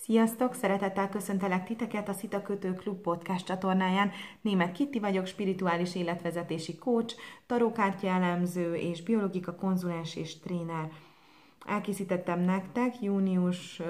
Sziasztok! Szeretettel köszöntelek titeket a Szita Kötő Klub podcast csatornáján. Németh Kitti vagyok, spirituális életvezetési coach, tarókártya elemző és biológika konzulens és tréner. Elkészítettem nektek június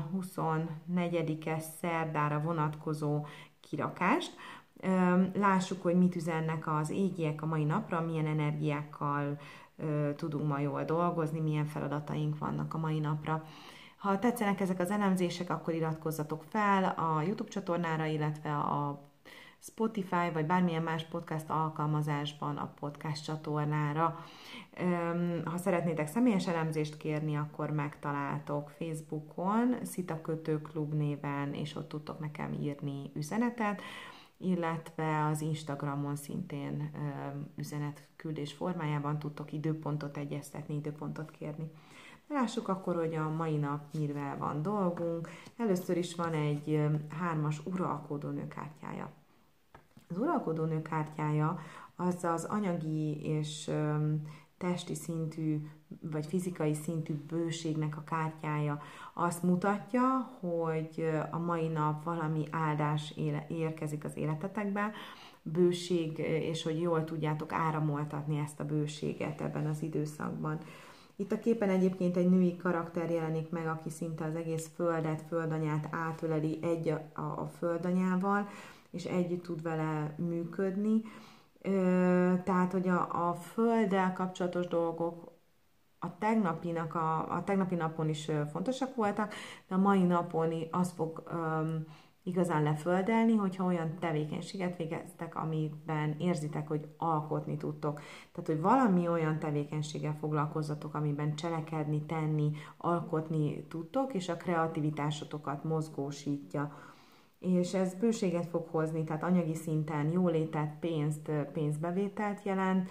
24-e szerdára vonatkozó kirakást. Lássuk, hogy mit üzennek az égiek a mai napra, milyen energiákkal tudunk ma jól dolgozni, milyen feladataink vannak a mai napra. Ha tetszenek ezek az elemzések, akkor iratkozzatok fel a YouTube csatornára, illetve a Spotify vagy bármilyen más podcast alkalmazásban a podcast csatornára. Ha szeretnétek személyes elemzést kérni, akkor megtaláltok Facebookon, Szita Kötő Klub néven, és ott tudtok nekem írni üzenetet, illetve az Instagramon szintén üzenetküldés formájában tudtok időpontot egyeztetni, időpontot kérni. Lássuk akkor, hogy a mai nap mivel van dolgunk. Először is van egy 3-as uralkodónő kártyája. Az uralkodónő kártyája az az anyagi és testi szintű, vagy fizikai szintű bőségnek a kártyája. Azt mutatja, hogy a mai nap valami áldás érkezik az életetekbe, bőség, és hogy jól tudjátok áramoltatni ezt a bőséget ebben az időszakban. Itt a képen egyébként egy női karakter jelenik meg, aki szinte az egész földet, földanyát átöleli a földanyával, és együtt tud vele működni. Tehát, hogy a földdel kapcsolatos dolgok a tegnapi napon is fontosak voltak, de a mai napon az fog igazán leföldelni, hogyha olyan tevékenységet végeztek, amiben érzitek, hogy alkotni tudtok. Tehát, hogy valami olyan tevékenységgel foglalkozzatok, amiben cselekedni, tenni, alkotni tudtok, és a kreativitásotokat mozgósítja. És ez bőséget fog hozni, tehát anyagi szinten jólétet, pénzbevételt jelent,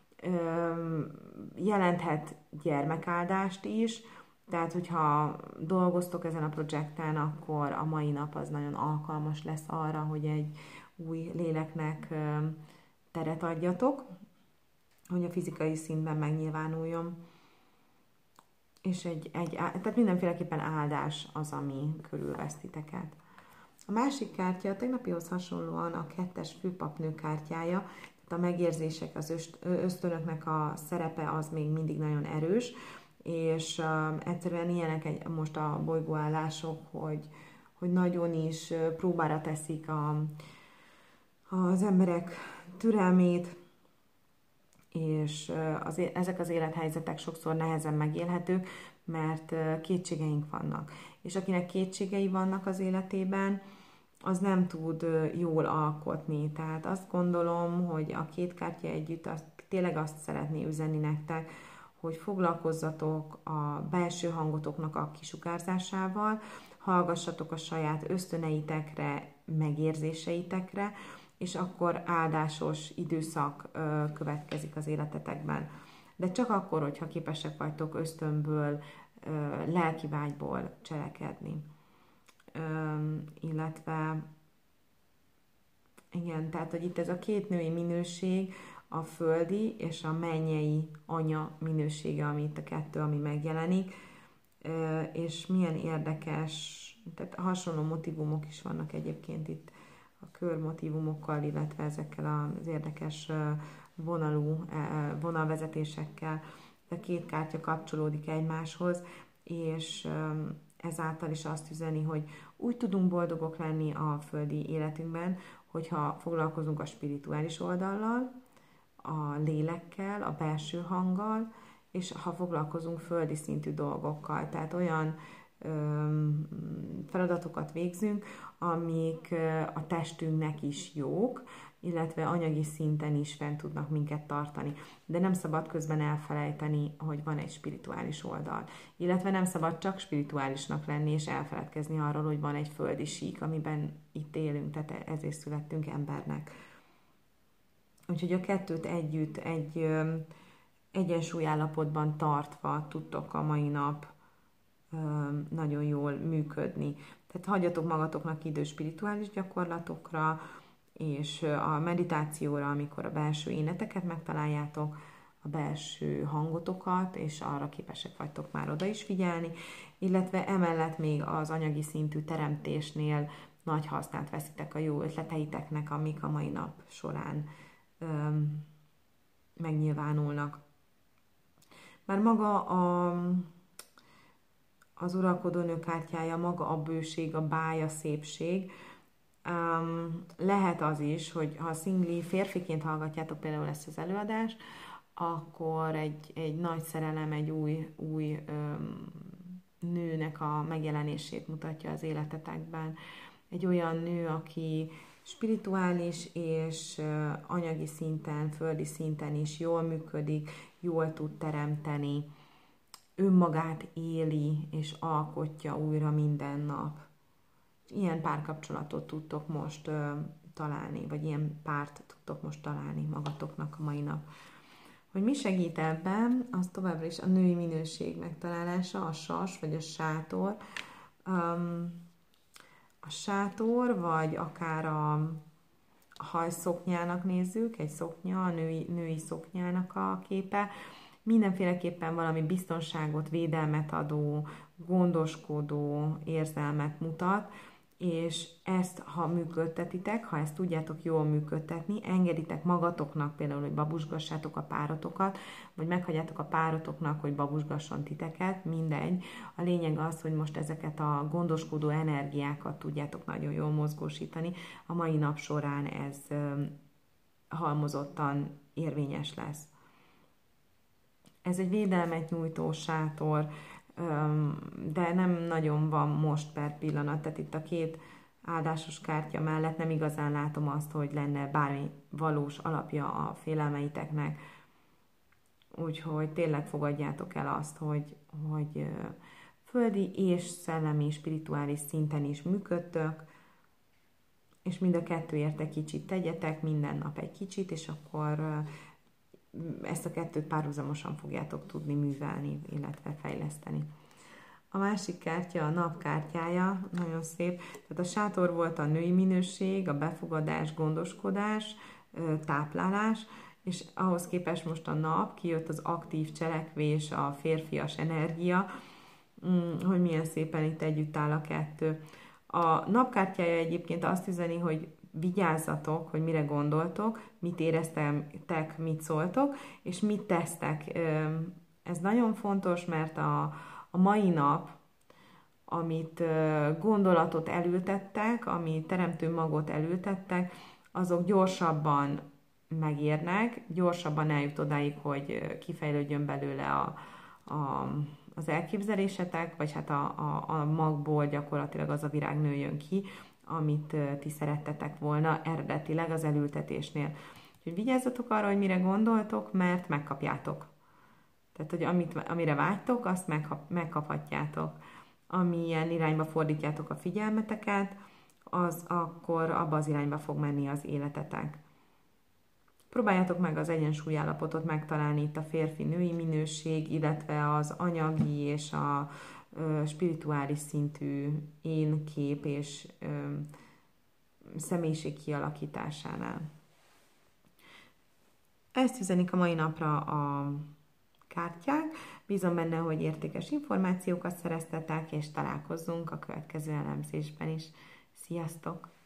jelenthet gyermekáldást is, tehát, hogyha dolgoztok ezen a projekten, akkor a mai nap az nagyon alkalmas lesz arra, hogy egy új léleknek teret adjatok, hogy a fizikai szintben megnyilvánuljon. És tehát mindenféleképpen áldás az, ami körülvesz titeket. A másik kártya a tegnapihoz hasonlóan a 2-es főpapnő kártyája, tehát a megérzések, az ösztönöknek a szerepe az még mindig nagyon erős, és egyszerűen ilyenek most a bolygóállások, hogy nagyon is próbára teszik az emberek türelmét, és ezek az élethelyzetek sokszor nehezen megélhetők, mert kétségeink vannak. És akinek kétségei vannak az életében, az nem tud jól alkotni. Tehát azt gondolom, hogy a két kártya együtt tényleg azt szeretné üzenni nektek, hogy foglalkozzatok a belső hangotoknak a kisugárzásával, hallgassatok a saját ösztöneitekre, megérzéseitekre, és akkor áldásos időszak következik az életetekben. De csak akkor, hogyha képesek vagytok ösztönből, lelki vágyból cselekedni. Illetve igen, tehát, hogy itt ez a két női minőség, a földi és a mennyei anya minősége, ami itt a kettő, ami megjelenik, és milyen érdekes, tehát hasonló motívumok is vannak egyébként itt a körmotívumokkal, illetve ezekkel az érdekes vonalvezetésekkel. A két kártya kapcsolódik egymáshoz, és ezáltal is azt üzeni, hogy úgy tudunk boldogok lenni a földi életünkben, hogyha foglalkozunk a spirituális oldallal, a lélekkel, a belső hanggal, és ha foglalkozunk földi szintű dolgokkal, tehát olyan feladatokat végzünk, amik a testünknek is jók, illetve anyagi szinten is fent tudnak minket tartani. De nem szabad közben elfelejteni, hogy van egy spirituális oldal. Illetve nem szabad csak spirituálisnak lenni, és elfeledkezni arról, hogy van egy földi sík, amiben itt élünk, tehát ezért születtünk embernek. Úgyhogy a kettőt együtt egy egyensúlyállapotban tartva tudtok a mai nap nagyon jól működni. Tehát hagyjatok magatoknak idő spirituális gyakorlatokra, és a meditációra, amikor a belső éneteket megtaláljátok, a belső hangotokat, és arra képesek vagytok már oda is figyelni, illetve emellett még az anyagi szintű teremtésnél nagy hasznát veszitek a jó ötleteiteknek, amik a mai nap során megnyilvánulnak. Már maga az uralkodó nő kártyája, maga a bőség, a báj, a szépség, lehet az is, hogy ha szingli férfiként hallgatjátok például ezt az előadást, akkor egy nagy szerelem, egy új nőnek a megjelenését mutatja az életetekben. Egy olyan nő, aki spirituális és anyagi szinten, földi szinten is jól működik, jól tud teremteni, önmagát éli és alkotja újra minden nap. Ilyen párkapcsolatot tudtok most találni, vagy ilyen párt tudtok most találni magatoknak a mai nap. Hogy mi segít ebben, az továbbra is a női minőség megtalálása, a sas vagy a sátor. A sátor, vagy akár a hajszoknyának nézzük, egy szoknya, a női szoknyának a képe, mindenféleképpen valami biztonságot, védelmet adó, gondoskodó érzelmet mutat, és ezt, ha működtetitek, ha ezt tudjátok jól működtetni, engeditek magatoknak például, hogy babusgassátok a párotokat, vagy meghagyjátok a párotoknak, hogy babusgasson titeket, mindegy. A lényeg az, hogy most ezeket a gondoskodó energiákat tudjátok nagyon jól mozgósítani. A mai nap során ez halmozottan érvényes lesz. Ez egy védelmet nyújtó sátor, de nem nagyon van most per pillanat, tehát itt a két áldásos kártya mellett nem igazán látom azt, hogy lenne bármi valós alapja a félelmeiteknek, úgyhogy tényleg fogadjátok el azt, hogy földi és szellemi, spirituális szinten is működtök, és mind a kettőért egy kicsit tegyetek, minden nap egy kicsit, és akkor ezt a kettőt párhuzamosan fogjátok tudni művelni, illetve fejleszteni. A másik kártya, a nap kártyája, nagyon szép. Tehát a sátor volt a női minőség, a befogadás, gondoskodás, táplálás, és ahhoz képest most a nap, kijött az aktív cselekvés, a férfias energia, hogy milyen szépen itt együtt áll a kettő. A napkártyája egyébként azt üzeni, hogy vigyázzatok, hogy mire gondoltok, mit éreztek, mit szóltok, és mit tesztek. Ez nagyon fontos, mert a mai nap, amit gondolatot elültettek, ami teremtő magot elültettek, azok gyorsabban megérnek, gyorsabban eljut odáig, hogy kifejlődjön belőle az elképzelésetek, vagy hát a magból gyakorlatilag az a virág nőjön ki, amit ti szerettetek volna eredetileg az elültetésnél. Úgyhogy vigyázzatok arra, hogy mire gondoltok, mert megkapjátok. Tehát, hogy amire vágytok, azt megkaphatjátok. Amilyen irányba fordítjátok a figyelmeteket, az akkor abba az irányba fog menni az életetek. Próbáljátok meg az egyensúlyállapotot megtalálni itt a férfi-női minőség, illetve az anyagi és a spirituális szintű én kép és személyiség kialakításánál. Ezt üzenik a mai napra a kártyák. Bízom benne, hogy értékes információkat szereztetek, és találkozzunk a következő elemzésben is. Sziasztok!